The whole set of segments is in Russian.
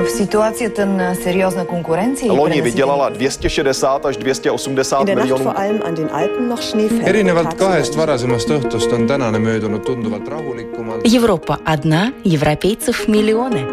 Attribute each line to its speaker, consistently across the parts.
Speaker 1: В ситуации ten серьезной конкуренции.
Speaker 2: Loni vydělala 260 až 280 miljonů.
Speaker 3: Erinevalt kahest varasemast õhtust on tänane möödunud tunduvalt rahulikumalt.
Speaker 4: Европа одна, европейцев миллионы.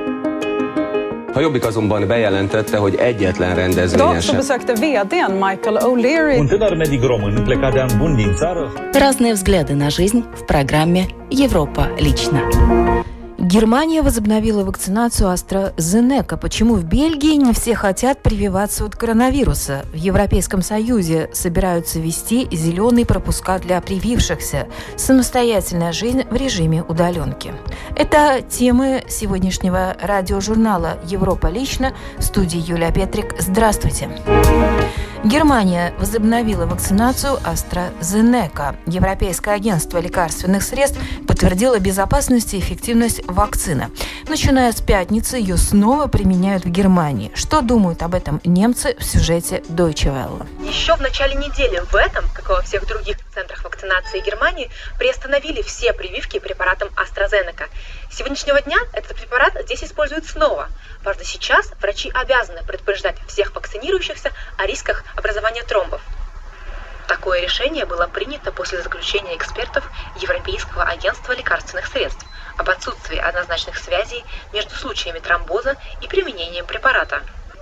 Speaker 5: A Jobbik azonban bejelentette, hogy egyetlen rendezvényen sem.
Speaker 6: Besökte VD:n Michael O'Leary.
Speaker 7: Un tânăr medic român plecat de an bun din țară.
Speaker 4: Разные взгляды на жизнь в программе «Европа лично».
Speaker 8: Германия возобновила вакцинацию AstraZeneca. Почему в Бельгии не все хотят прививаться от коронавируса? В Европейском Союзе собираются ввести зеленые пропуска для привившихся. Самостоятельная жизнь в режиме удаленки. Это темы сегодняшнего радиожурнала «Европа лично». В студии Юлия Петрик. Здравствуйте. Германия возобновила вакцинацию AstraZeneca. Европейское агентство лекарственных средств подтвердило безопасность и эффективность вакцины. Начиная с пятницы ее снова применяют в Германии. Что думают об этом немцы в сюжете Deutsche Welle?
Speaker 9: Еще в начале недели в этом, как и во всех других центрах вакцинации Германии, приостановили все прививки препаратом AstraZeneca. С сегодняшнего дня этот препарат здесь используют снова. Правда, сейчас врачи обязаны предупреждать всех вакцинирующихся о рисках образования тромбов. Такое решение было принято после заключения экспертов Европейского агентства лекарственных средств об отсутствии однозначных связей между случаями тромбоза и применением препарата.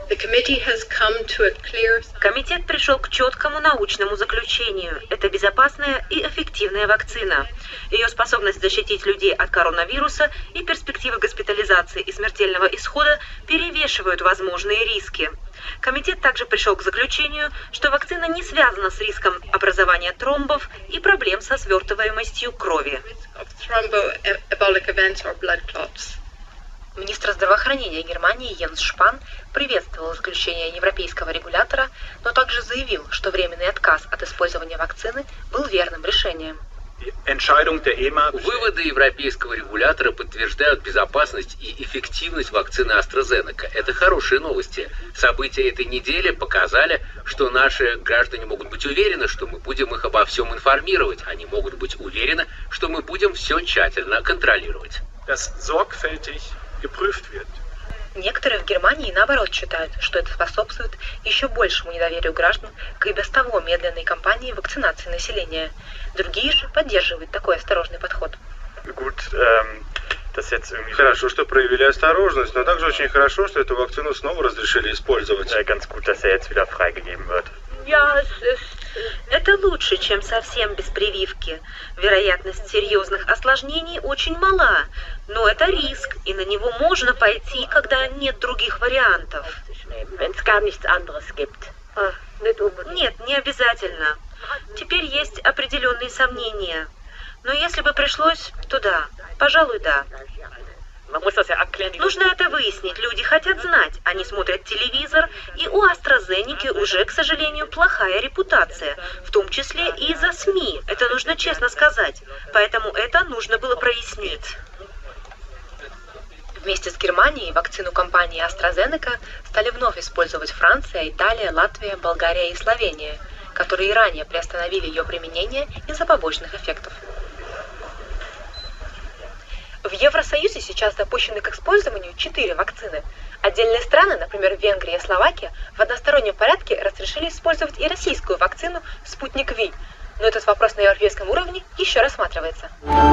Speaker 9: Комитет пришел к четкому научному заключению. Это безопасная и эффективная вакцина. Ее способность защитить людей от коронавируса и перспективы госпитализации и смертельного исхода перевешивают возможные риски. Комитет также пришел к заключению, что вакцина не связана с риском образования тромбов и проблем со свертываемостью крови. Министр здравоохранения Германии Йенс Шпан приветствовал заключение европейского регулятора, но также заявил, что временный отказ от использования вакцины был верным решением.
Speaker 5: Выводы европейского регулятора подтверждают безопасность и эффективность вакцины AstraZeneca. Это хорошие новости. События этой недели показали, что наши граждане могут быть уверены, что мы будем их обо всем информировать. Они могут быть уверены, что мы будем все тщательно контролировать.
Speaker 9: Некоторые в Германии, наоборот, считают, что это способствует еще большему недоверию граждан к и без того медленной кампании вакцинации населения. Другие же поддерживают такой осторожный подход.
Speaker 3: Хорошо, что проявили осторожность, но также очень хорошо, что эту вакцину снова разрешили использовать.
Speaker 9: Это лучше, чем совсем без прививки. Вероятность серьезных осложнений очень мала, но это риск, и на него можно пойти, когда нет других вариантов. Нет, не обязательно. Теперь есть определенные сомнения. Но если бы пришлось, то да, пожалуй, да. Нужно это выяснить. Люди хотят знать. Они смотрят телевизор, и у AstraZeneca уже, к сожалению, плохая репутация, в том числе и из-за СМИ. Это нужно честно сказать. Поэтому это нужно было прояснить. Вместе с Германией вакцину компании AstraZeneca стали вновь использовать Франция, Италия, Латвия, Болгария и Словения, которые ранее приостановили ее применение из-за побочных эффектов. В Евросоюзе сейчас допущены к использованию 4 вакцины. Отдельные страны, например, Венгрия и Словакия, в одностороннем порядке разрешили использовать и российскую вакцину «Спутник Ви». Но этот вопрос на европейском уровне еще рассматривается.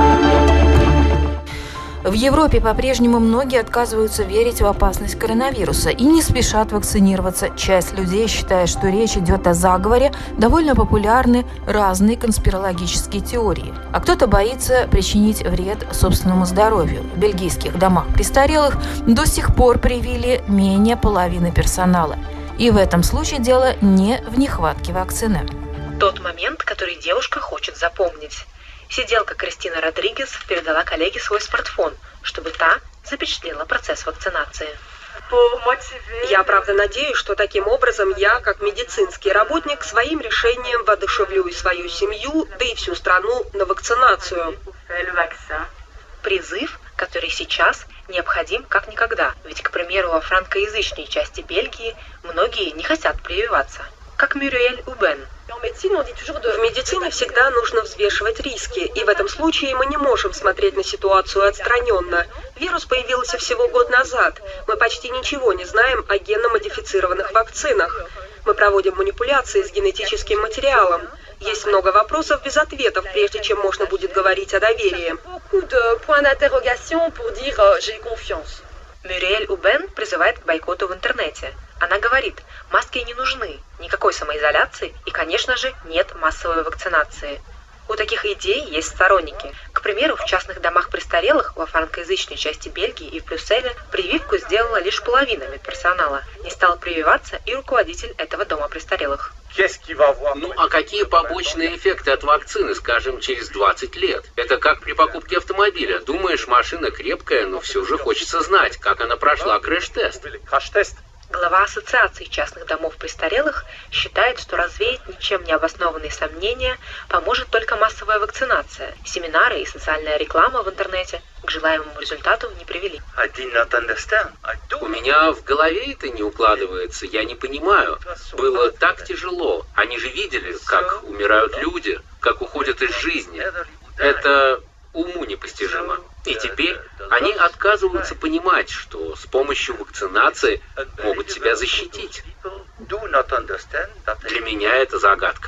Speaker 8: В Европе по-прежнему многие отказываются верить в опасность коронавируса и не спешат вакцинироваться. Часть людей считает, что речь идет о заговоре. Довольно популярны разные конспирологические теории. А кто-то боится причинить вред собственному здоровью. В бельгийских домах престарелых до сих пор привили менее половины персонала. И в этом случае дело не в нехватке вакцины.
Speaker 9: Тот момент, который девушка хочет запомнить. Сиделка Кристина Родригес передала коллеге свой смартфон, чтобы та запечатлела процесс вакцинации.
Speaker 10: Я, правда, надеюсь, что таким образом я, как медицинский работник, своим решением воодушевлю и свою семью, да и всю страну на вакцинацию.
Speaker 9: Призыв, который сейчас необходим как никогда. Ведь, к примеру, во франкоязычной части Бельгии многие не хотят прививаться. Как Мюриэль Убен.
Speaker 10: В медицине всегда нужно взвешивать риски, и в этом случае мы не можем смотреть на ситуацию отстраненно. Вирус появился всего год назад. Мы почти ничего не знаем о генно-модифицированных вакцинах. Мы проводим манипуляции с генетическим материалом. Есть много вопросов без ответов, прежде чем можно будет говорить о доверии. Мюриэль Убен призывает к бойкоту в интернете. Она говорит, маски не нужны, никакой самоизоляции и, конечно же, нет массовой вакцинации. У таких идей есть сторонники. К примеру, в частных домах престарелых во франкоязычной части Бельгии и в Брюсселе прививку сделала лишь половина медперсонала. Не стал прививаться и руководитель этого дома престарелых.
Speaker 5: Ну а какие побочные эффекты от вакцины, скажем, через 20 лет? Это как при покупке автомобиля. Думаешь, машина крепкая, но все же хочется знать, как она прошла крэш-тест.
Speaker 9: Глава Ассоциации частных домов престарелых считает, что развеять ничем не обоснованные сомнения поможет только массовая вакцинация. Семинары и социальная реклама в интернете к желаемому результату не привели.
Speaker 5: У меня в голове это не укладывается, я не понимаю. Было так тяжело. Они же видели, как умирают люди, как уходят из жизни. Это уму непостижимо. И теперь они отказываются понимать, что с помощью вакцинации могут себя защитить. Для меня это загадка.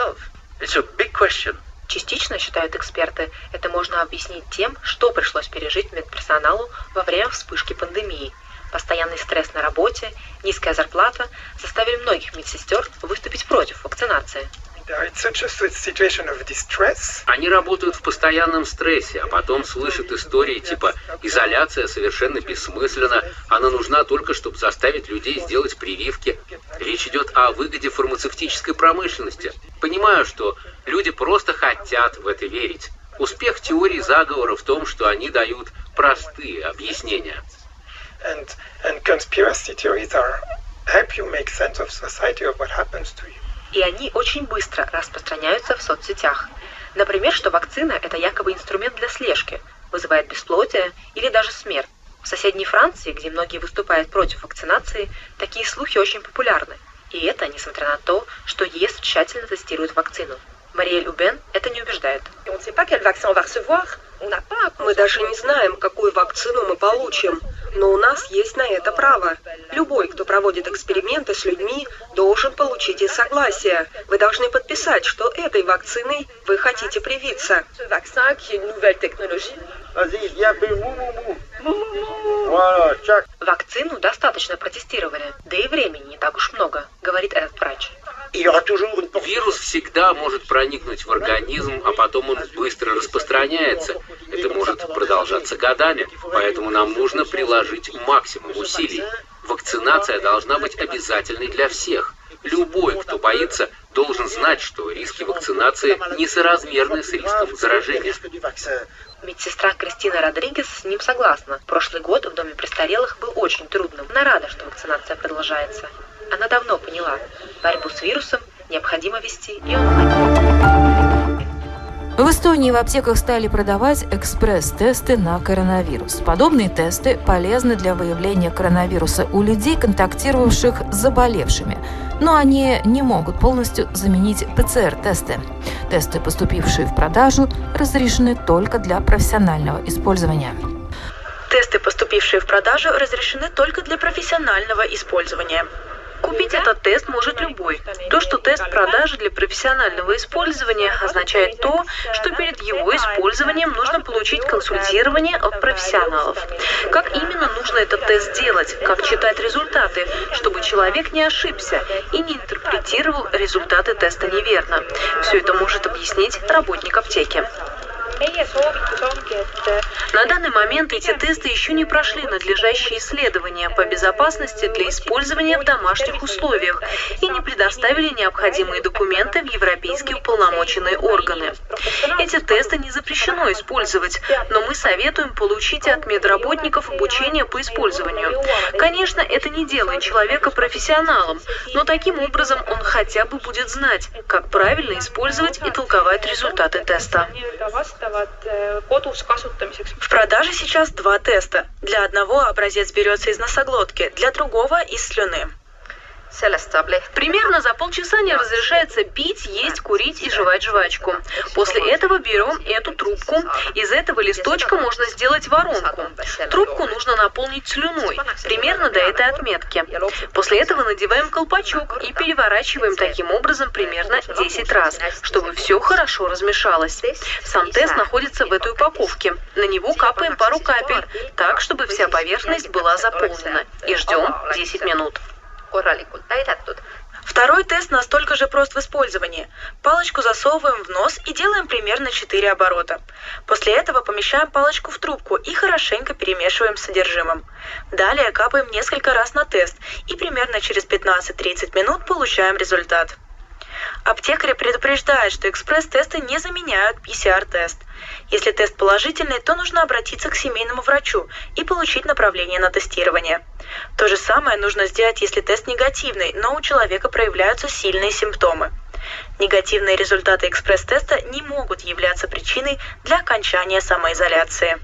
Speaker 9: Частично, считают эксперты, это можно объяснить тем, что пришлось пережить медперсоналу во время вспышки пандемии. Постоянный стресс на работе, низкая зарплата заставили многих медсестер выступить против вакцинации.
Speaker 5: Они работают в постоянном стрессе, а потом слышат истории типа «изоляция совершенно бессмысленна, она нужна только, чтобы заставить людей сделать прививки». Речь идет о выгоде фармацевтической промышленности. Понимаю, что люди просто хотят в это верить. Успех теории заговора в том, что они дают простые объяснения.
Speaker 9: И они очень быстро распространяются в соцсетях. Например, что вакцина – это якобы инструмент для слежки, вызывает бесплодие или даже смерть. В соседней Франции, где многие выступают против вакцинации, такие слухи очень популярны. И это несмотря на то, что ЕС тщательно тестирует вакцину. Мюриэль Убен это не убеждает.
Speaker 10: Мы даже не знаем, какую вакцину мы получим, но у нас есть на это право. Любой, кто проводит эксперименты с людьми, должен получить их согласие. Вы должны подписать, что этой вакциной вы хотите привиться.
Speaker 9: Вакцину достаточно протестировали, да и времени не так уж много, говорит этот врач.
Speaker 5: Вирус всегда может проникнуть в организм, а потом он быстро распространяется. Это может продолжаться годами, поэтому нам нужно приложить максимум усилий. Вакцинация должна быть обязательной для всех. Любой, кто боится, должен знать, что риски вакцинации несоразмерны с риском заражения.
Speaker 9: Медсестра Кристина Родригес с ним согласна. Прошлый год в доме престарелых был очень трудным. Она рада, что вакцинация продолжается. Она давно поняла, борьбу с вирусом необходимо вести и онлайн.
Speaker 8: В Эстонии в аптеках стали продавать экспресс-тесты на коронавирус. Подобные тесты полезны для выявления коронавируса у людей, контактировавших с заболевшими. Но они не могут полностью заменить ПЦР-тесты. Тесты, поступившие в продажу, разрешены только для профессионального использования.
Speaker 9: Тесты, поступившие в продажу, разрешены только для профессионального использования. Купить этот тест может любой. То, что тест продажи для профессионального использования, означает то, что перед его использованием нужно получить консультирование от профессионалов. Как именно нужно этот тест делать, как читать результаты, чтобы человек не ошибся и не интерпретировал результаты теста неверно. Все это может объяснить работник аптеки. На данный момент эти тесты еще не прошли надлежащие исследования по безопасности для использования в домашних условиях и не предоставили необходимые документы в европейские уполномоченные органы. Эти тесты не запрещено использовать, но мы советуем получить от медработников обучение по использованию. Конечно, это не делает человека профессионалом, но таким образом он хотя бы будет знать, как правильно использовать и толковать результаты теста. В продаже сейчас 2 теста. Для одного образец берется из носоглотки, для другого – из слюны.
Speaker 10: Примерно за полчаса не разрешается пить, есть, курить и жевать жвачку. После этого берем эту трубку. Из этого листочка можно сделать воронку. Трубку нужно наполнить слюной, примерно до этой отметки. После этого надеваем колпачок и переворачиваем таким образом примерно 10 раз, чтобы все хорошо размешалось. Сам тест находится в этой упаковке. На него капаем пару капель, так, чтобы вся поверхность была заполнена. И ждем 10 минут. Второй тест настолько же прост в использовании. Палочку засовываем в нос и делаем примерно 4 оборота. После этого помещаем палочку в трубку и хорошенько перемешиваем с содержимым. Далее капаем несколько раз на тест и примерно через 15-30 минут получаем результат. Аптекари предупреждают, что экспресс-тесты не заменяют PCR-тест. Если тест положительный, то нужно обратиться к семейному врачу и получить направление на тестирование. То же самое нужно сделать, если тест негативный, но у человека проявляются сильные симптомы. Негативные результаты экспресс-теста не могут являться причиной для окончания самоизоляции.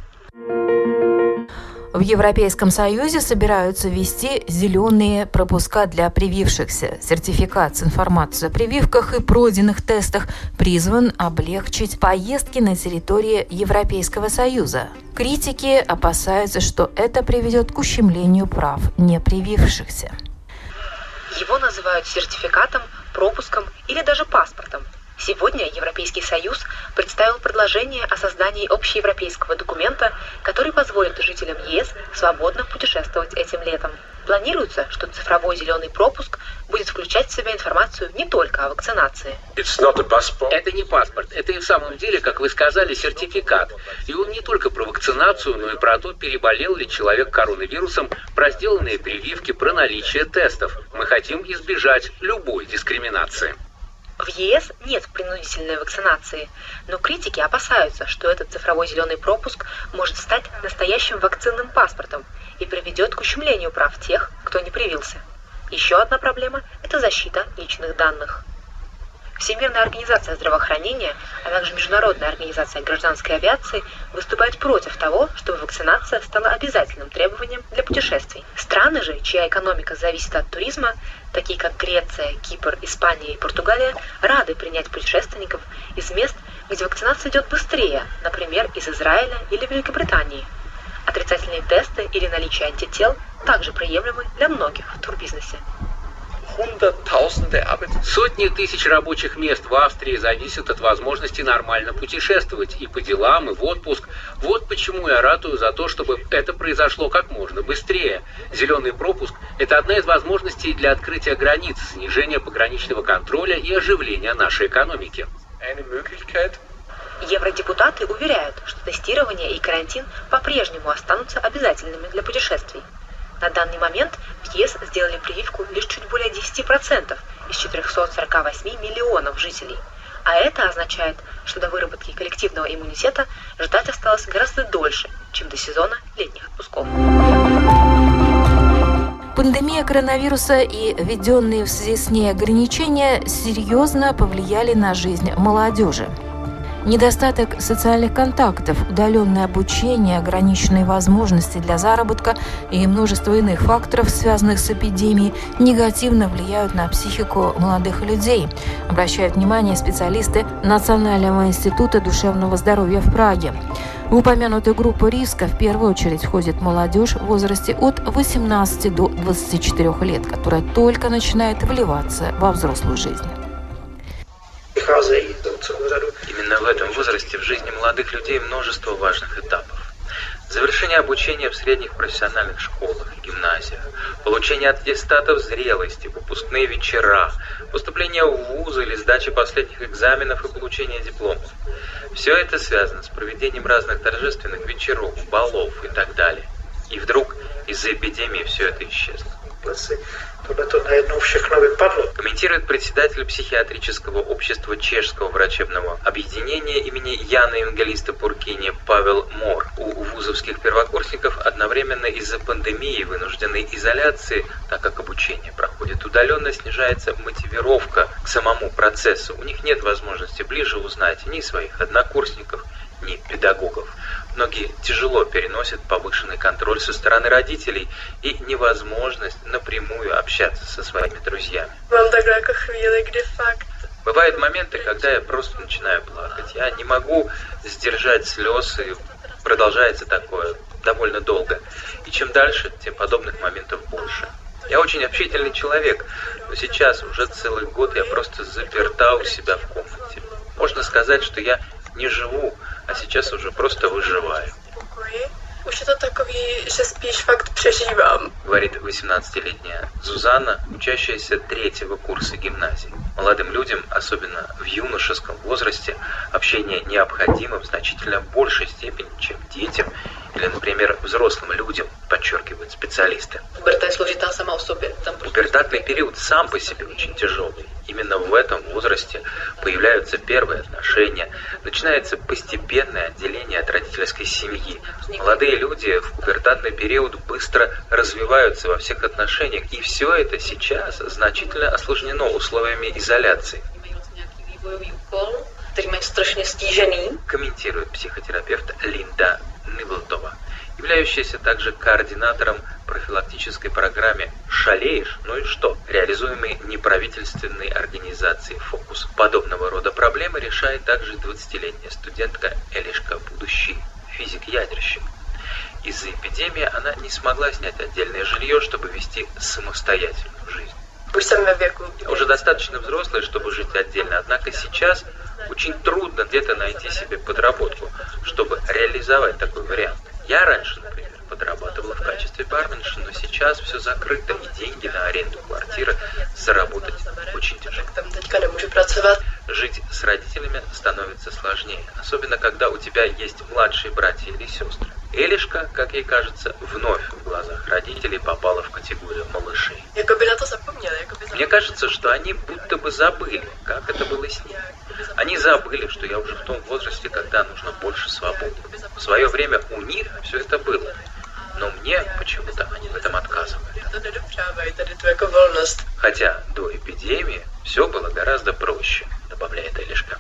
Speaker 8: В Европейском Союзе собираются ввести зеленые пропуска для привившихся. Сертификат с информацией о прививках и пройденных тестах призван облегчить поездки на территории Европейского Союза. Критики опасаются, что это приведет к ущемлению прав непривившихся.
Speaker 9: Его называют сертификатом, пропуском или даже паспортом. Сегодня Европейский Союз представил предложение о создании общеевропейского документа, который позволит жителям ЕС свободно путешествовать этим летом. Планируется, что цифровой зеленый пропуск будет включать в себя информацию не только о вакцинации.
Speaker 5: Это не паспорт, это и в самом деле, как вы сказали, сертификат. И он не только про вакцинацию, но и про то, переболел ли человек коронавирусом, про сделанные прививки, про наличие тестов. Мы хотим избежать любой дискриминации.
Speaker 9: В ЕС нет принудительной вакцинации, но критики опасаются, что этот цифровой зеленый пропуск может стать настоящим вакцинным паспортом и приведет к ущемлению прав тех, кто не привился. Еще одна проблема – это защита личных данных. Всемирная организация здравоохранения, а также Международная организация гражданской авиации выступают против того, чтобы вакцинация стала обязательным требованием для путешествий. Страны же, чья экономика зависит от туризма, такие как Греция, Кипр, Испания и Португалия, рады принять путешественников из мест, где вакцинация идет быстрее, например, из Израиля или Великобритании. Отрицательные тесты или наличие антител также приемлемы для многих в турбизнесе.
Speaker 5: Сотни тысяч рабочих мест в Австрии зависят от возможности нормально путешествовать и по делам, и в отпуск. Вот почему я ратую за то, чтобы это произошло как можно быстрее. Зеленый пропуск – это одна из возможностей для открытия границ, снижения пограничного контроля и оживления нашей экономики.
Speaker 9: Евродепутаты уверяют, что тестирование и карантин по-прежнему останутся обязательными для путешествий. На данный момент в ЕС сделали прививку лишь чуть более 10% из 448 миллионов жителей. А это означает, что до выработки коллективного иммунитета ждать осталось гораздо дольше, чем до сезона летних отпусков.
Speaker 8: Пандемия коронавируса и введенные в связи с ней ограничения серьезно повлияли на жизнь молодежи. Недостаток социальных контактов, удаленное обучение, ограниченные возможности для заработка и множество иных факторов, связанных с эпидемией, негативно влияют на психику молодых людей, обращают внимание специалисты Национального института душевного здоровья в Праге. В упомянутую группу риска в первую очередь входит молодежь в возрасте от 18 до 24 лет, которая только начинает вливаться во взрослую жизнь.
Speaker 11: Именно в этом возрасте в жизни молодых людей множество важных этапов. Завершение обучения в средних профессиональных школах и гимназиях, получение аттестатов зрелости, выпускные вечера, поступление в вузы или сдача последних экзаменов и получение дипломов. Все это связано с проведением разных торжественных вечеров, балов и так далее. И вдруг из-за эпидемии все это исчезло. Комментирует председатель психиатрического общества Чешского врачебного объединения имени Яна Евангелиста Пуркини Павел Мор. У вузовских первокурсников одновременно из-за пандемии вынужденной изоляции, так как обучение проходит удаленно, снижается мотивировка к самому процессу. У них нет возможности ближе узнать ни своих однокурсников, ни педагогов. Многие тяжело переносят повышенный контроль со стороны родителей и невозможность напрямую общаться со своими друзьями. Бывают моменты, когда я просто начинаю плакать. Я не могу сдержать слез, и продолжается такое довольно долго. И чем дальше, тем подобных моментов больше. Я очень общительный человек, но сейчас уже целый год я просто заперта у себя в комнате. Можно сказать, что я не живу, а сейчас уже просто выживаю. Говорит 18-летняя Зузанна, учащаяся 3-го курса гимназии. Молодым людям, особенно в юношеском возрасте, общение необходимо в значительно большей степени, чем детям или, например, взрослым людям, подчеркивают специалисты. Пубертатный период сам по себе очень тяжелый. Именно в этом возрасте появляются первые отношения, начинается постепенное отделение от родительской семьи. Молодые люди в пубертатный период быстро развиваются во всех отношениях, и все это сейчас значительно осложнено условиями изоляции. Комментирует психотерапевт Линда Ниблтова, являющаяся также координатором профилактической программе «Шалеешь? Ну и что?», реализуемой неправительственной организацией «Фокус». Подобного рода проблемы решает также 20-летняя студентка Элишка, будущий физик-ядерщик. Из-за эпидемии она не смогла снять отдельное жилье, чтобы вести самостоятельную жизнь. Я уже достаточно взрослая, чтобы жить отдельно, однако сейчас очень трудно где-то найти себе подработку, чтобы реализовать такой вариант. Я раньше, например, подрабатывала в качестве барменши, но сейчас все закрыто, и деньги на аренду квартиры заработать очень тяжело. Жить с родителями становится сложнее, особенно когда у тебя есть младшие братья или сестры. Элишка, как ей кажется, вновь в глазах родителей попала в категорию малышей. Мне кажется, что они будто бы забыли, как это было с ними. Они забыли, что я уже в том возрасте, когда нужно больше свободы. В свое время у них все это было, но мне почему-то они в этом отказывают. Хотя до эпидемии все было гораздо проще, добавляет Элишка.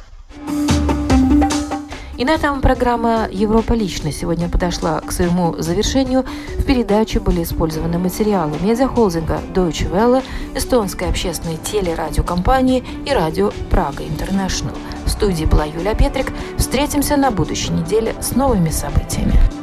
Speaker 8: И на этом программа «Европа лично» сегодня подошла к своему завершению. В передаче были использованы материалы медиахолдинга Deutsche Welle, эстонской общественной телерадиокомпании и радио Прага Интернешнл. В студии была Юлия Петрик. Встретимся на будущей неделе с новыми событиями.